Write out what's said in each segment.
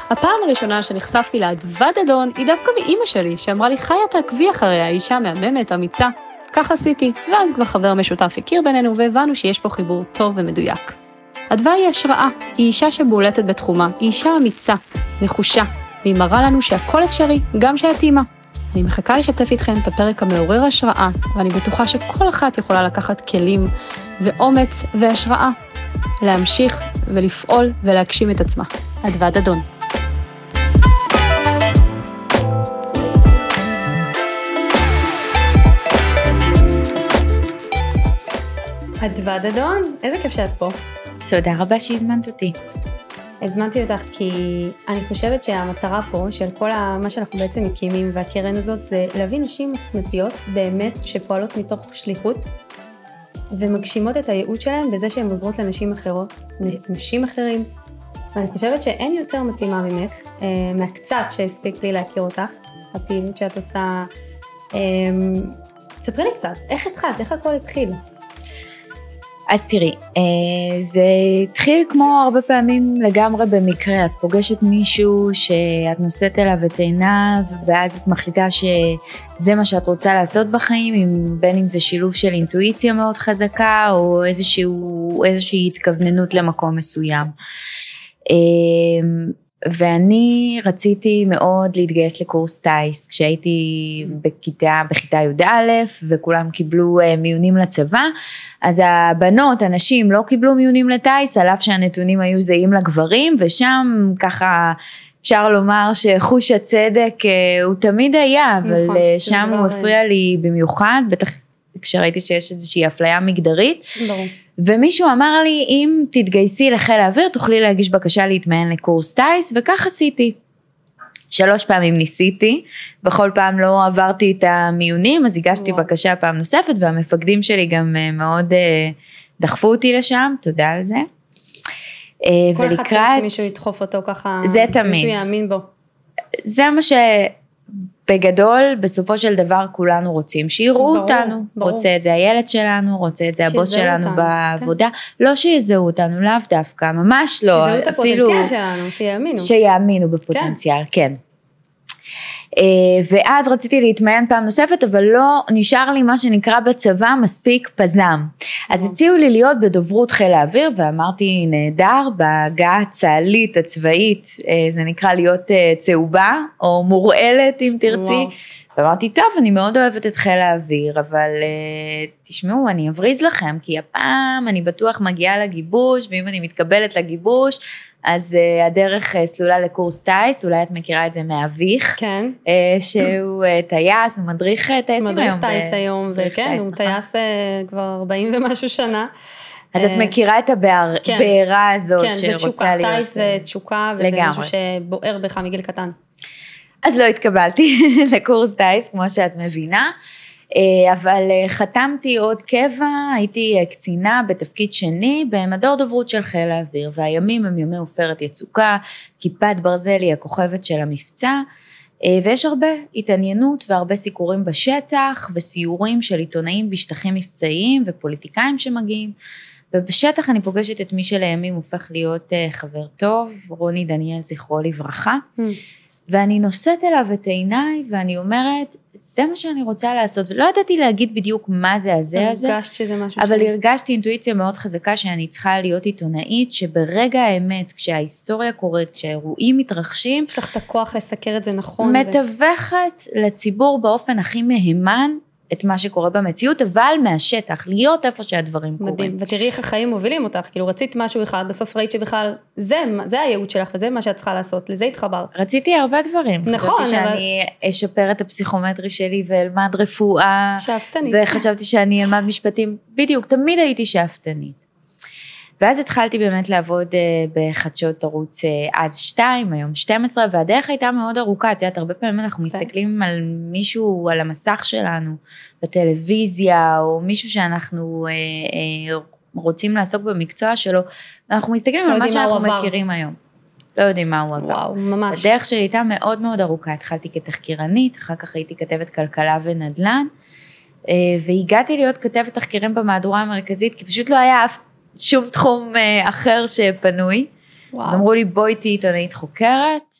הפעם הראשונה שנחשפתי לאדוה דדון היא דווקא מאמא שלי, שאמרה לי, חיה תעקבי אחריה, אישה מהממת, אמיצה. כך עשיתי, ואז כבר חבר משותף הכיר בינינו, והבנו שיש פה חיבור טוב ומדויק. אדוה היא השראה, היא אישה שבולטת בתחומה, היא אישה אמיצה, נחושה, והיא מראה לנו שהכל אפשרי, גם שהתאימה. אני מחכה לשתף איתכם את הפרק המעורר השראה, ואני בטוחה שכל אחת יכולה לקחת כלים ואומץ והשראה, להמשיך ולפעול ולהגשים את עצמה. אדוה דדון. אדוה דדון, איזה כיף שאת פה. תודה רבה שהזמנת אותי. הזמנתי אותך כי אני חושבת שהמטרה פה של כל מה שאנחנו בעצם מקימים והקרן הזאת זה להביא נשים עצמתיות באמת שפועלות מתוך שליחות ומגשימות את הייעוד שלהן בזה שהן עוזרות לנשים אחרות, נשים אחרים. ואני חושבת שאין יותר מתאימה ממך, מהקצת שהספיק לי להכיר אותך, הפעילות שאת עושה. תספרי לי קצת, איך התחלת? איך הכל התחיל? אז תראי, זה התחיל כמו הרבה פעמים לגמרי במקרה, את פוגשת מישהו שאת נושאת אליו את עיניו, ואז את מחליטה שזה מה שאת רוצה לעשות בחיים, בין אם זה שילוב של אינטואיציה מאוד חזקה, או איזושהי התכווננות למקום מסוים. ואני רציתי מאוד להתגייס לקורס טייס, כשהייתי בכיתה י"א, וכולם קיבלו מיונים לצבא, אז הבנות, הנשים לא קיבלו מיונים לטייס, על אף שהנתונים היו זהים לגברים, ושם ככה אפשר לומר שחוש הצדק הוא תמיד היה, אבל שם הוא הפריע לי במיוחד, בטח כשראיתי שיש איזושהי אפליה מגדרית, ברור. ומישהו אמר לי, אם תתגייסי לחיל האוויר, תוכלי להגיש בקשה להתמיין לקורס טייס, וכך עשיתי. 3 פעמים ניסיתי, בכל פעם לא עברתי את המיונים, אז הגשתי בקשה פעם נוספת, והמפקדים שלי גם מאוד דחפו אותי לשם, תודה על זה. כל אחד צריך שמישהו ידחוף אותו ככה, זה תמיד. שמישהו יאמין בו. זה מה בגדול, בסופו של דבר כולנו רוצים, שיראו אותנו, רוצה את זה הילד שלנו, רוצה את זה הבוס שלנו בעבודה, לא שיזהו אותנו, לאו דווקא, ממש לא, שיזהו את הפוטנציאל שלנו, שיאמינו. שיאמינו בפוטנציאל, כן. ואז רציתי להתמיין פעם נוספת, אבל לא נשאר לי מה שנקרא בצבא מספיק פזם. אז הציעו לי להיות בדוברות חיל האוויר, ואמרתי נהדר, בהגעה הצה"לית הצבאית, זה נקרא להיות צהובה, או מורעלת אם תרצי. ואמרתי, טוב, אני מאוד אוהבת את חיל האוויר, אבל תשמעו, אני אבריז לכם, כי הפעם אני בטוח מגיעה לגיבוש, ואם אני מתקבלת לגיבוש, אז הדרך סלולה לקורס טייס, אולי את מכירה את זה מאביך, כן. שהוא טייס, הוא מדריך טייסים היום. מדריך טייס היום, וכן, הוא טייס כבר 40 ומשהו שנה. אז את מכירה את הבעירה הזאת שרוצה להיות. כן, זה תשוקה, טייס זה תשוקה, וזה משהו שבוער בך מגיל קטן. אז לא התקבלתי לקורס טייס, כמו שאת מבינה, אבל חתמתי עוד קבע, הייתי קצינה בתפקיד שני, במדור דוברות של חיל האוויר, והימים הם ימי עופרת יצוקה, כיפת ברזל, הכוכבת של המבצע, ויש הרבה התעניינות והרבה סיקורים בשטח, וסיורים של עיתונאים בשטחים מבצעיים, ופוליטיקאים שמגיעים, ובשטח אני פוגשת את מי שלימים הופך להיות חבר טוב, רוני דניאל זכרו לברכה, ואני נושאת אליו את עיניי, ואני אומרת, זה מה שאני רוצה לעשות, ולא ידעתי להגיד בדיוק מה זה הזה, הרגשת שזה משהו אבל הרגשתי אינטואיציה מאוד חזקה, שאני צריכה להיות עיתונאית, שברגע האמת, כשההיסטוריה קורית, כשהאירועים מתרחשים, יש לך את הכוח לסקר את זה נכון. מתווכת לציבור באופן הכי מהימן, את מה שקורה במציאות, אבל מהשטח, להיות איפה שהדברים קורים. מדהים, ותראי איך החיים מובילים אותך, כאילו רצית משהו אחד, בסוף ראית שבכלל, זה הייעוד שלך, וזה מה שאת צריכה לעשות, לזה התחבר. רציתי הרבה דברים. נכון. חשבתי שאני אשפר את הפסיכומטרי שלי, ואלמד רפואה. שאפתנית. וחשבתי שאני אלמד משפטים, בדיוק, תמיד הייתי שאפתנית. ואז התחלתי באמת לעבוד בחדשות ערוץ אז 2, היום 12, והדרך הייתה מאוד ארוכה, את יודעת, הרבה פעמים אנחנו מסתכלים על מישהו, על המסך שלנו, בטלוויזיה, או מישהו שאנחנו רוצים לעסוק במקצוע שלו, ואנחנו מסתכלים על מה שאנחנו מכירים היום. לא יודעים מה הוא עבר. וואו, ממש. הדרך שלי הייתה מאוד מאוד ארוכה, התחלתי כתחקירנית, אחר כך הייתי כתבת כלכלה ונדל"ן, והגעתי להיות כתבת תחקירים במהדורה המרכזית, כי פשוט לא היה שום תחום אחר שפנוי, אז אמרו לי, בואי תהיי עיתונאית חוקרת,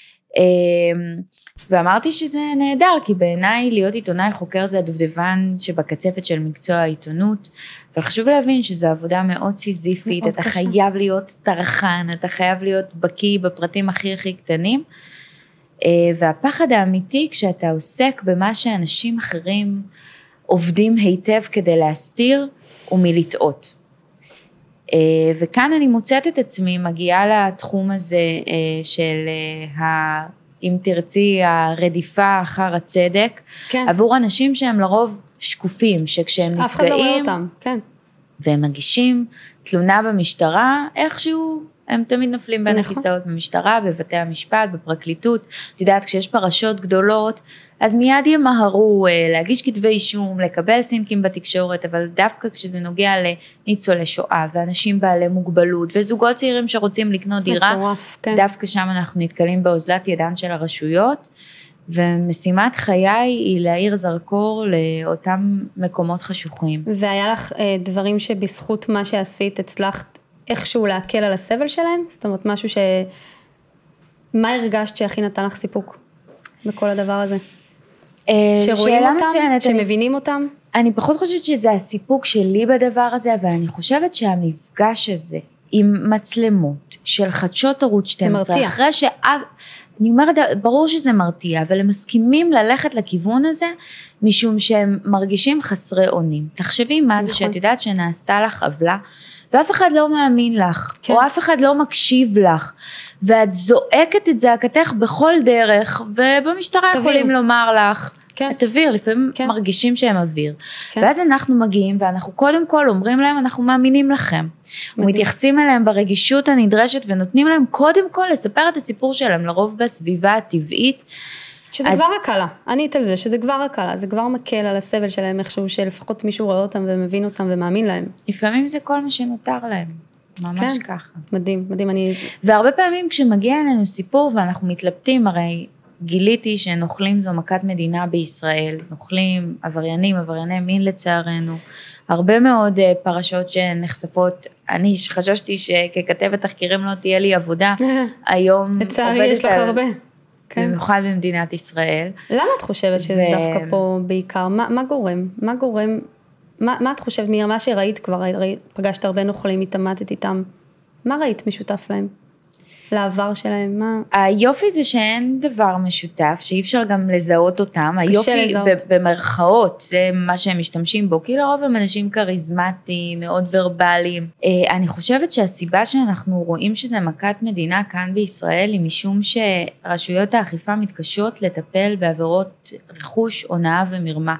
ואמרתי שזה נהדר, כי בעיניי להיות עיתונאי חוקר זה הדובדבן שבקצפת של מקצוע העיתונות, אבל חשוב להבין שזו עבודה מאוד סיזיפית, אתה חייב להיות טרחן, אתה חייב להיות בקיא בפרטים הכי הכי קטנים, והפחד האמיתי כשאתה עוסק במה שאנשים אחרים עובדים היטב כדי להסתיר, הוא מלטעות. וכאן אני מוצאת את עצמי, מגיעה לתחום הזה של אם תרצי, הרדיפה אחר הצדק, כן. עבור אנשים שהם לרוב שקופים, שכשהם נפגעים, אף אחד לא רואה אותם, כן. והם מגישים תלונה במשטרה, איכשהו הם תמיד נופלים בין הכיסאות במשטרה, בבתי המשפט, בפרקליטות, את יודעת, כשיש פרשות גדולות, אז מיד ימהרו להגיש כתבי אישום, לקבל סינקים בתקשורת, אבל דווקא כשזה נוגע לניצולי שואה, ואנשים בעלי מוגבלות, וזוגות צעירים שרוצים לקנות דירה, דווקא שם אנחנו נתקלים באוזלת ידן של הרשויות, ומשימת חיי היא להאיר זרקור לאותם מקומות חשוכים. והיה לך דברים שבזכות מה שעשית הצלחת איכשהו להקל על הסבל שלהם? זאת אומרת, משהו מה הרגשת שהכי נתן לך סיפוק בכל הדבר הזה? שרואים אותם, שמבינים אותם? אני פחות חושבת שזה הסיפוק שלי בדבר הזה, אבל אני חושבת שהמפגש הזה עם מצלמות של חדשות ערוץ 12, אחרי אני אומרת, ברור שזה מרתיע, אבל הם מסכימים ללכת לכיוון הזה, משום שהם מרגישים חסרי אונים. תחשבי מה זה שאת יודעת שנעשתה לך עוולה, ואף אחד לא מאמין לך, כן. או אף אחד לא מקשיב לך, ואת זועקת את זעקתך בכל דרך, ובמשטרה יכולים לומר לך, כן. את אוויר, לפעמים כן. מרגישים שהם אוויר, כן. ואז אנחנו מגיעים, ואנחנו קודם כל אומרים להם, אנחנו מאמינים לכם, ומתייחסים אליהם ברגישות הנדרשת, ונותנים להם קודם כל לספר את הסיפור שלהם, לרוב בסביבה הטבעית, שזה כבר הקלה, אני אתן זה, שזה כבר הקלה, זה כבר מקל על הסבל שלהם איכשהו, שלפחות מישהו רואה אותם ומבין אותם ומאמין להם. לפעמים זה כל מה שנותר להם, ממש כן, ככה. מדהים, מדהים. והרבה פעמים כשמגיע אלינו סיפור ואנחנו מתלבטים, הרי גיליתי שנוכלים זו מכת מדינה בישראל, נוכלים, עברייני מין לצערנו, הרבה מאוד פרשות שנחשפות, אני חששתי שככתבת תחקירים לא תהיה לי עבודה, היום לצערי יש לך הרבה. במיוחד במדינת ישראל. למה את חושבת שזה דווקא פה בעיקר? מה גורם? מה את חושבת ממה שראית כבר? פגשת הרבה נוכלים, התעמתת איתם. מה ראית משותף להם? לעבר שלהם? מה? היופי זה שאין דבר משותף, שאי אפשר גם לזהות אותם. היופי במרכאות, זה מה שהם משתמשים בו, כי לרוב הם אנשים קריזמטיים, מאוד ורבליים. אני חושבת שהסיבה שאנחנו רואים שזה מכת מדינה כאן בישראל, היא משום שרשויות האכיפה מתקשות לטפל בעבירות רכוש, הונאה ומרמה.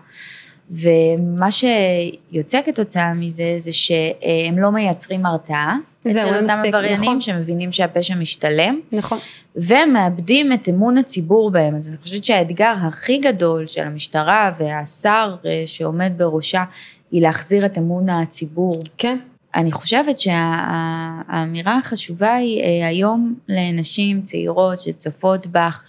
ומה שיוצא כתוצאה מזה, זה שהם לא מייצרים הרתעה, אצל אותם עבריינים נכון. שמבינים שהפשע משתלם, נכון. ומאבדים את אמון הציבור בהם, אז אני חושבת שהאתגר הכי גדול של המשטרה והשר שעומד בראשה, היא להחזיר את אמון הציבור. כן. אני חושבת שהאמירה החשובה היא היום לנשים צעירות שצופות בך,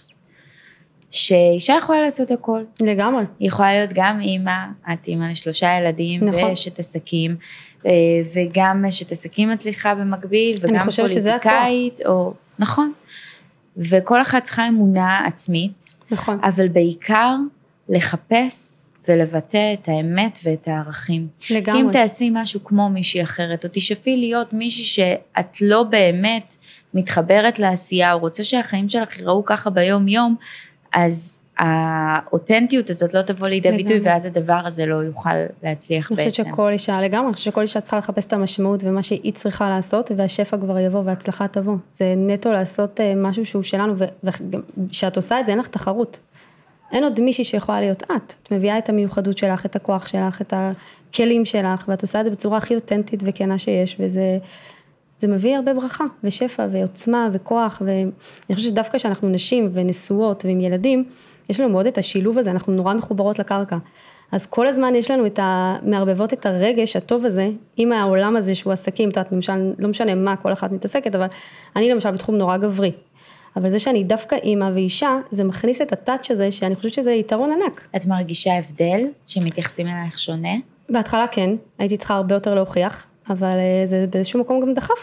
שאישה יכולה לעשות הכל. לגמרי. היא יכולה להיות גם אימא, את אימא ל3 ילדים, נכון. ואשת עסקים, וגם אשת עסקים מצליחה במקביל, וגם פוליטיקאית, או, נכון. וכל אחת צריכה אמונה עצמית, נכון. אבל בעיקר לחפש ולבטא את האמת ואת הערכים. לגמרי. כי אם תעשי משהו כמו מישהי אחרת, או תשאפי להיות מישהי שאת לא באמת מתחברת לעשייה, או רוצה שהחיים שלך יראו ככה ביום יום, אז האותנטיות הזאת לא תבוא לידי ביטוי, ואז הדבר הזה לא יוכל להצליח בעצם. אני חושבת שכל אישה, לגמרי, אני חושבת שכל אישה צריכה לחפש את המשמעות, ומה שהיא צריכה לעשות, והשפע כבר יבוא, וההצלחה תבוא. זה נטו לעשות משהו שהוא שלנו, ושאת עושה את זה, אין לך תחרות. אין עוד מישהי שיכולה להיות את. את מביאה את המיוחדות שלך, את הכוח שלך, את הכלים שלך, ואת עושה את זה בצורה הכי אותנטית וכנה שיש, וזה מביא הרבה ברכה, ושפע, ועוצמה, וכוח, ואני חושבת שדווקא שאנחנו נשים ונשואות ועם ילדים, יש לנו מאוד את השילוב הזה, אנחנו נורא מחוברות לקרקע. אז כל הזמן יש לנו מערבבות את הרגש הטוב הזה, עם העולם הזה שהוא עסקים, למשל, לא משנה מה כל אחת מתעסקת, אבל אני למשל בתחום נורא גברי. אבל זה שאני דווקא אימא ואישה, זה מכניס את הטאץ' הזה, שאני חושבת שזה יתרון ענק. את מרגישה הבדל שמתייחסים אלייך שונה? בהתחלה כן, הייתי צריכה הרבה יותר להוכיח, אבל זה באיזשהו מקום גם דחף אותי.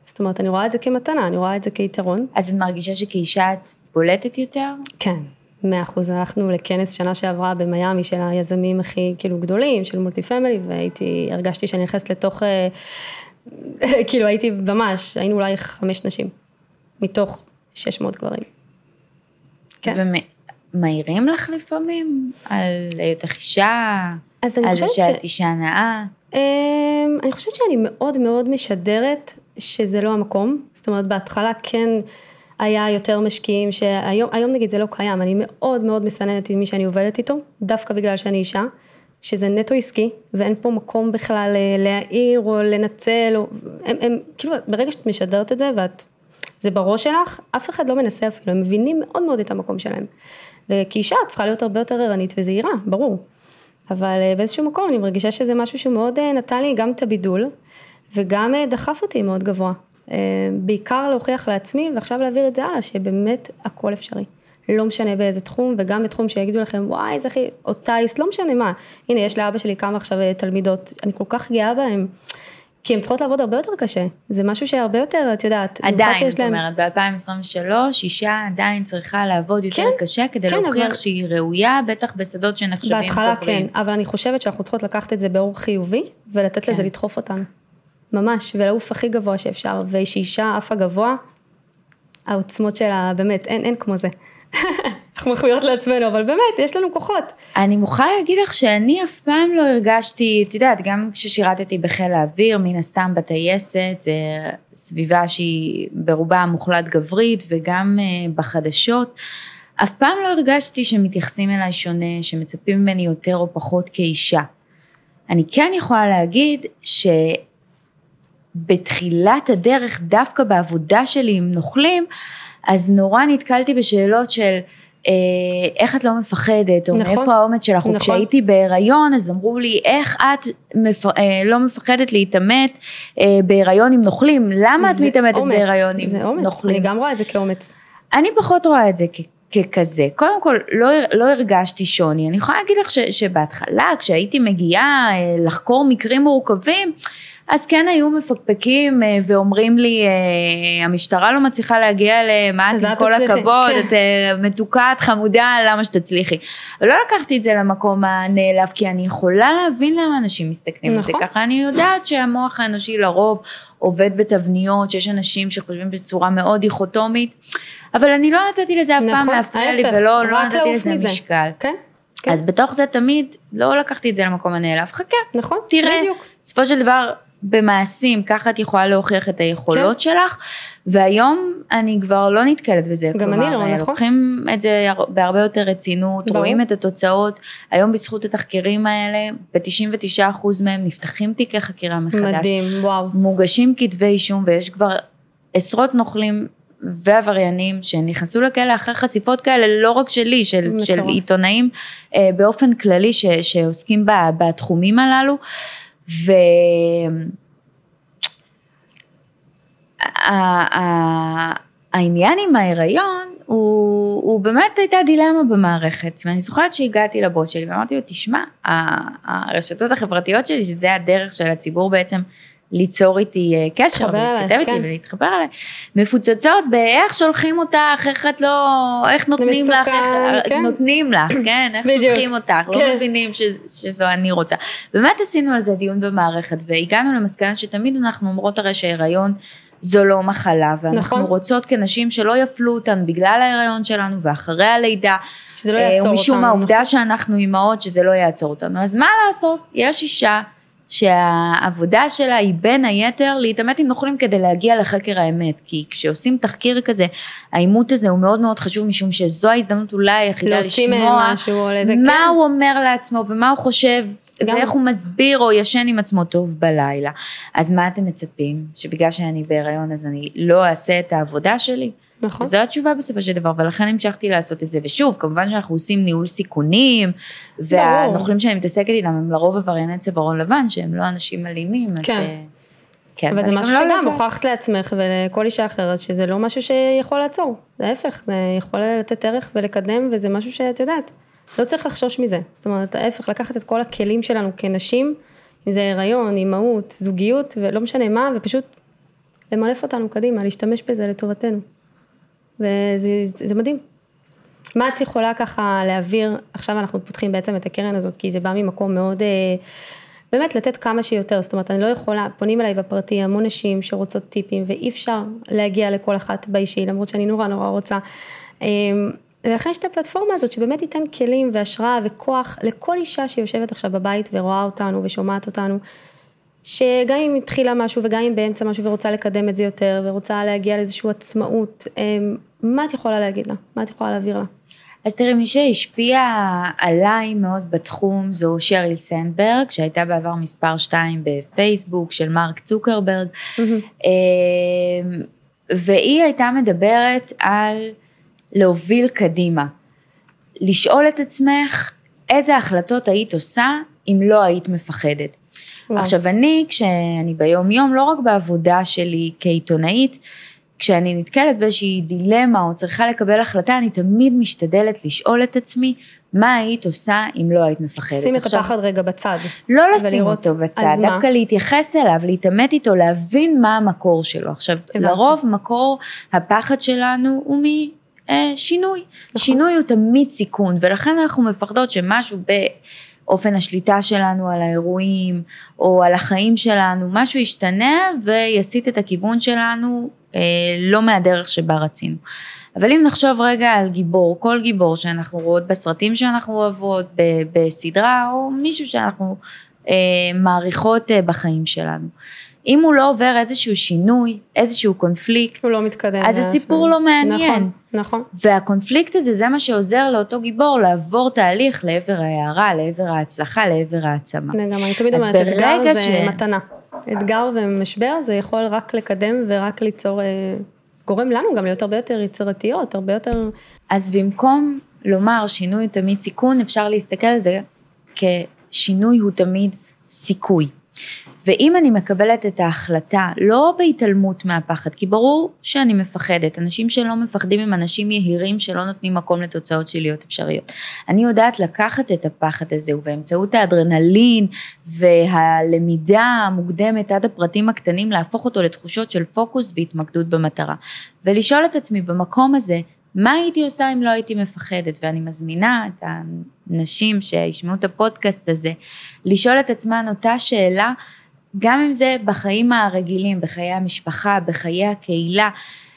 זאת אומרת, אני רואה את זה כמתנה, אני רואה את זה כיתרון. אז את מרגישה שכאישה את בולטת יותר? כן, 100%. הלכנו לכנס שנה שעברה במיימי של היזמים הכי כאילו גדולים, של מולטי פמילי, הרגשתי שאני נכנסת לתוך, כאילו הייתי ממש, היינו אולי 5 נשים, מתוך 600 גברים. כן. ומהירים לך לפעמים על היותך אישה, על זה שאת אישה נאה? אני חושבת שאני מאוד מאוד משדרת שזה לא המקום, זאת אומרת בהתחלה כן היה יותר משקיעים, שהיום נגיד זה לא קיים, אני מאוד מאוד מסננת עם מי שאני עובדת איתו, דווקא בגלל שאני אישה, שזה נטו עסקי, ואין פה מקום בכלל להעיר או לנצל, הם כאילו ברגע שאת משדרת את זה זה בראש שלך, אף אחד לא מנסה אפילו, הם מבינים מאוד מאוד את המקום שלהם, וכאישה צריכה להיות הרבה יותר ערנית וזהירה, ברור, אבל באיזשהו מקום אני מרגישה שזה משהו שמאוד נתן לי גם את הבידול, וגם דחף אותי מאוד גבוה, בעיקר להוכיח לעצמי, ועכשיו להעביר את זה הלאה, שבאמת הכל אפשרי, לא משנה באיזה תחום, וגם בתחום שיגידו לכם, וואי, זה הכי, או טייס, לא משנה מה, הנה יש לאבא שלי כמה עכשיו תלמידות, אני כל כך גאה בהם, כי הן צריכות לעבוד הרבה יותר קשה, זה משהו שהרבה יותר, את יודעת, עדיין, זאת אומרת, ב-2023, אישה עדיין צריכה לעבוד יותר קשה, כדי להוכיח שהיא ראויה, בטח בשדות שנחשבים טובים. בהתחלה כן, אבל אני חושבת שאנחנו צריכות לקחת את זה באור חיובי, ולתת לזה לדחוף אותנו, ממש, ולעוף הכי גבוה שאפשר, ושאישה עפה גבוה, העוצמות שלה, באמת, אין כמו זה. אנחנו מחמיאות לעצמנו, אבל באמת, יש לנו כוחות. אני מוכרחה להגיד לך שאני אף פעם לא הרגשתי, את יודעת, גם כששירתתי בחיל האוויר, מן הסתם בטייסת, זה סביבה שהיא ברובה המוחלט גברית, וגם בחדשות, אף פעם לא הרגשתי שמתייחסים אליי שונה, שמצפים ממני יותר או פחות כאישה. אני כן יכולה להגיד שבתחילת הדרך, דווקא בעבודה שלי עם נוכלים, אז נורא נתקלתי בשאלות של איך את לא מפחדת, או מאיפה האומץ שלך, וכשהייתי בהיריון, אז אמרו לי, איך את לא מפחדת להתאמת בהיריון עם נוכלים, למה את מתאמתת בהיריון עם נוכלים? אני גם רואה את זה כאומץ. אני פחות רואה את זה ככזה, קודם כל לא הרגשתי שוני, אני יכולה להגיד לך שבהתחלה, כשהייתי מגיעה לחקור מקרים מורכבים, אז כן היו מפקפקים ואומרים לי, המשטרה לא מצליחה להגיע למעט עם כל הכבוד, את מתוקה, את חמודה, למה שתצליחי. אבל לא לקחתי את זה למקום הנעלב, כי אני יכולה להבין למה אנשים מסתכלים על זה ככה, אני יודעת שהמוח האנושי לרוב עובד בתבניות, שיש אנשים שחושבים בצורה מאוד דיכוטומית, אבל אני לא נתתי לזה אף פעם להפריע לי, ולא נתתי לזה משקל. אז בתוך זה תמיד לא לקחתי את זה למקום הנעלב, חכה, נכון, תראה, בסופו של דבר במעשים, ככה את יכולה להוכיח את היכולות שלך, והיום אני כבר לא נתקלת בזה, גם אני לא, נכון? לוקחים את זה בהרבה יותר רצינות, רואים את התוצאות, היום בזכות התחקירים האלה, ב-99% מהם נפתחים תיקי חקירה מחדש, מדהים, וואו. מוגשים כתבי אישום, ויש כבר עשרות נוכלים ועבריינים שנכנסו לכאלה אחרי חשיפות כאלה, לא רק שלי, של עיתונאים באופן כללי שעוסקים בתחומים הללו, והעניין עם ההיריון הוא באמת הייתה דילמה במערכת, ואני זוכרת שהגעתי לבוס שלי ואמרתי לו, תשמע, הרשתות החברתיות שלי, שזה הדרך של הציבור בעצם ליצור איתי קשר, ולהתכתב איתי ולהתחבר עליי, מפוצצות באיך שולחים אותך, איך את לא, איך נותנים לך, נותנים לך, כן, איך שולחים אותך, לא מבינים שזו אני רוצה. באמת עשינו על זה דיון במערכת, והגענו למסקנה שתמיד אנחנו אומרות הרי שההיריון זו לא מחלה, ואנחנו רוצות כנשים שלא יפלו אותן בגלל ההיריון שלנו, ואחרי הלידה, ומשום העובדה שאנחנו אימהות, שזה לא יעצור אותנו. אז מה לעשות? יש אישה שהעבודה שלה היא בין היתר להתאמת עם נוכלים כדי להגיע לחקר האמת, כי כשעושים תחקיר כזה, האימות הזה הוא מאוד מאוד חשוב, משום שזו ההזדמנות אולי היחידה לשמוע מה הוא אומר לעצמו ומה הוא חושב, ואיך הוא מסביר או ישן עם עצמו טוב בלילה. אז מה אתם מצפים? שבגלל שאני בהיריון אז אני לא אעשה את העבודה שלי? נכון. וזו התשובה בסופו של דבר, ולכן המשכתי לעשות את זה, ושוב, כמובן שאנחנו עושים ניהול סיכונים, והנוכלים שאני מתעסקת איתם, הם לרוב עברייני צווארון לבן, שהם לא אנשים אלימים, אז כן. אבל זה משהו שגם הוכחת לעצמך ולכל אישה אחרת, שזה לא משהו שיכול לעצור, זה ההפך, זה יכול לתת ערך ולקדם, וזה משהו שאת יודעת, לא צריך לחשוש מזה, זאת אומרת, ההפך, לקחת את כל הכלים שלנו כנשים, אם זה הריון, אימהות, זוגיות, ולא משנה מה, ופשוט למנף אותנו קדימה, להשתמש בזה לטובתנו. וזה מדהים. מה את יכולה ככה להעביר, עכשיו אנחנו פותחים בעצם את הקרן הזאת, כי זה בא ממקום מאוד, באמת לתת כמה שיותר, זאת אומרת, אני לא יכולה, פונים אליי בפרטי, המון נשים שרוצות טיפים, ואי אפשר להגיע לכל אחת באישי, למרות שאני נורא רוצה. ולכן יש את הפלטפורמה הזאת, שבאמת ייתן כלים והשראה וכוח, לכל אישה שיושבת עכשיו בבית, ורואה אותנו ושומעת אותנו, שגם אם התחילה משהו, וגם אם באמצע משהו, ורוצה לקדם את זה יותר, ורוצה להגיע לאיזושהי עצמאות, מה את יכולה להגיד לה? מה את יכולה להעביר לה? אז תראי, מי שהשפיעה עליי מאוד בתחום, זו שריל סנדברג, שהייתה בעבר מספר 2 בפייסבוק, של מרק צוקרברג, והיא הייתה מדברת על להוביל קדימה, לשאול את עצמך, איזה החלטות היית עושה, אם לא היית מפחדת. עכשיו כשאני ביום יום, לא רק בעבודה שלי כעיתונאית, כשאני נתקלת באיזושהי דילמה או צריכה לקבל החלטה, אני תמיד משתדלת לשאול את עצמי, מה היית עושה אם לא היית מפחדת. שים את הפחד רגע בצד. לא לשים אותו בצד, דווקא להתייחס אליו, להתאמת איתו, להבין מה המקור שלו. עכשיו, לרוב מקור הפחד שלנו הוא משינוי. שינוי הוא תמיד סיכון, ולכן אנחנו מפחדות שמשהו אופן השליטה שלנו על האירועים, או על החיים שלנו, משהו ישתנה ויסיט את הכיוון שלנו, לא מהדרך שבה רצינו. אבל אם נחשוב רגע על גיבור, כל גיבור שאנחנו רואות בסרטים שאנחנו אוהבות, בסדרה, או מישהו שאנחנו מעריכות בחיים שלנו. אם הוא לא עובר איזשהו שינוי, איזשהו קונפליקט, הוא לא מתקדם. אז הסיפור לא מעניין. נכון. והקונפליקט הזה, זה מה שעוזר לאותו גיבור, לעבור תהליך לעבר ההערה, לעבר ההצלחה, לעבר העצמה. גם אני תמיד אומרת, אתגר זה מתנה. אתגר ומשבר זה יכול רק לקדם ורק ליצור, גורם לנו גם להיות הרבה יותר יצירתיות, הרבה יותר... אז במקום לומר שינוי הוא תמיד סיכון, אפשר להסתכל על זה כשינוי הוא תמיד סיכוי. ואם אני מקבלת את ההחלטה, לא בהתעלמות מהפחד, כי ברור שאני מפחדת, אנשים שלא מפחדים הם אנשים יהירים שלא נותנים מקום לתוצאות שליליות אפשריות. אני יודעת לקחת את הפחד הזה, ובאמצעות האדרנלין והלמידה המוקדמת עד הפרטים הקטנים, להפוך אותו לתחושות של פוקוס והתמקדות במטרה. ולשאול את עצמי במקום הזה, מה הייתי עושה אם לא הייתי מפחדת? ואני מזמינה את האנשים שישמעו את הפודקאסט הזה, לשאול את עצמם אותה שאלה, גם אם זה בחיים הרגילים, בחיי המשפחה, בחיי הקהילה,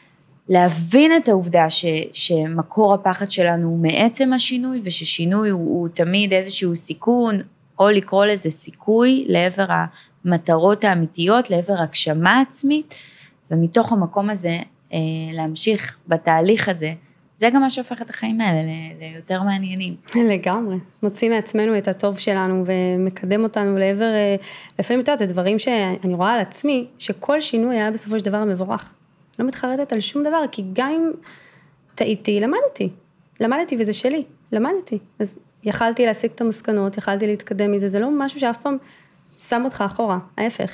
להבין את העובדה שמקור הפחד שלנו הוא מעצם השינוי, וששינוי הוא תמיד איזשהו סיכון, או לקרוא לזה סיכוי, לעבר המטרות האמיתיות, לעבר הגשמה עצמית, ומתוך המקום הזה, להמשיך בתהליך הזה, זה גם מה שהופך את החיים האלה ליותר מעניינים. לגמרי, מוצאים מעצמנו את הטוב שלנו ומקדם אותנו לעבר, לפעמים זה דברים שאני רואה על עצמי, שכל שינוי היה בסופו של דבר מבורך. לא מתחרטת על שום דבר, כי גם אם טעיתי, למדתי וזה שלי, למדתי. אז יכלתי להשיג את המסקנות, יכלתי להתקדם מזה, זה לא משהו שאף פעם שם אותך אחורה, ההפך.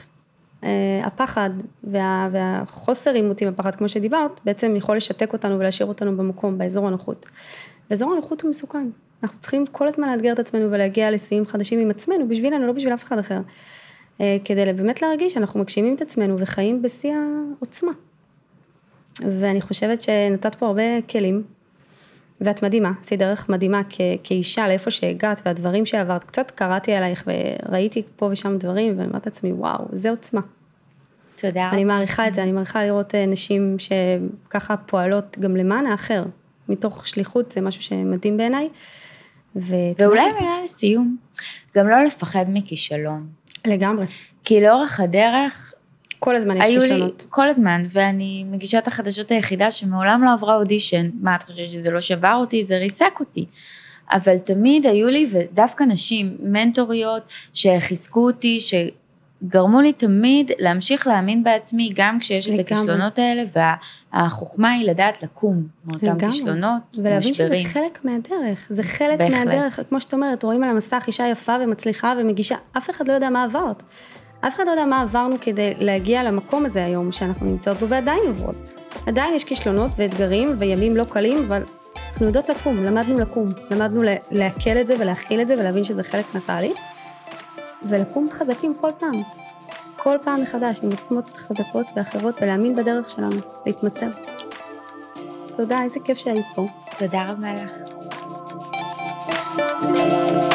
הפחד והחוסר עימותים, הפחד כמו שדיברת, בעצם יכול לשתק אותנו ולהשאיר אותנו במקום, באזור הנוחות. ואזור הנוחות הוא מסוכן. אנחנו צריכים כל הזמן לאתגר את עצמנו ולהגיע לשיאים חדשים עם עצמנו, בשבילנו, לא בשביל אף אחד אחר. כדי באמת להרגיש שאנחנו מגשימים את עצמנו וחיים בשיא העוצמה. ואני חושבת שנתת פה הרבה כלים, ואת מדהימה, עשי דרך מדהימה כאישה לאיפה שהגעת, והדברים שעברת, קצת קראתי עלייך וראיתי פה ושם דברים, ואמרת לעצמי, וואו, זה עוצמה. תודה. אני מעריכה את זה, אני מעריכה לראות נשים שככה פועלות גם למען האחר, מתוך שליחות, זה משהו שמדהים בעיניי. ואולי מילה לסיום, גם לא לפחד מכישלון. לגמרי. כי לאורך הדרך, כל הזמן יש כישלונות. כל הזמן, ואני מגישה את החדשות היחידה שמעולם לא עברה אודישן, מה את חושבת שזה לא שבר אותי, זה ריסק אותי, אבל תמיד היו לי, ודווקא נשים, מנטוריות, שחיזקו אותי, שגרמו לי תמיד להמשיך להאמין בעצמי, גם כשיש את הכישלונות האלה, והחוכמה היא לדעת לקום, מאותם כישלונות, ולהבין שזה חלק מהדרך, זה חלק מהדרך, כמו שאת אומרת, רואים על המסך אישה יפה ומצליחה ומגישה, אף אחד לא יודע מה עברת. אף אחד לא יודע מה עברנו כדי להגיע למקום הזה היום שאנחנו נמצאות בו ועדיין עוברות. עדיין יש כישלונות ואתגרים וימים לא קלים, אבל אנחנו יודעות לקום, למדנו להקל את זה ולהכיל את זה ולהבין שזה חלק מהתהליך, ולקום חזקים כל פעם. כל פעם מחדש עם עוצמות חזקות ואחרות, ולהאמין בדרך שלנו, להתמסר. תודה, איזה כיף שהיית פה. תודה רבה לך.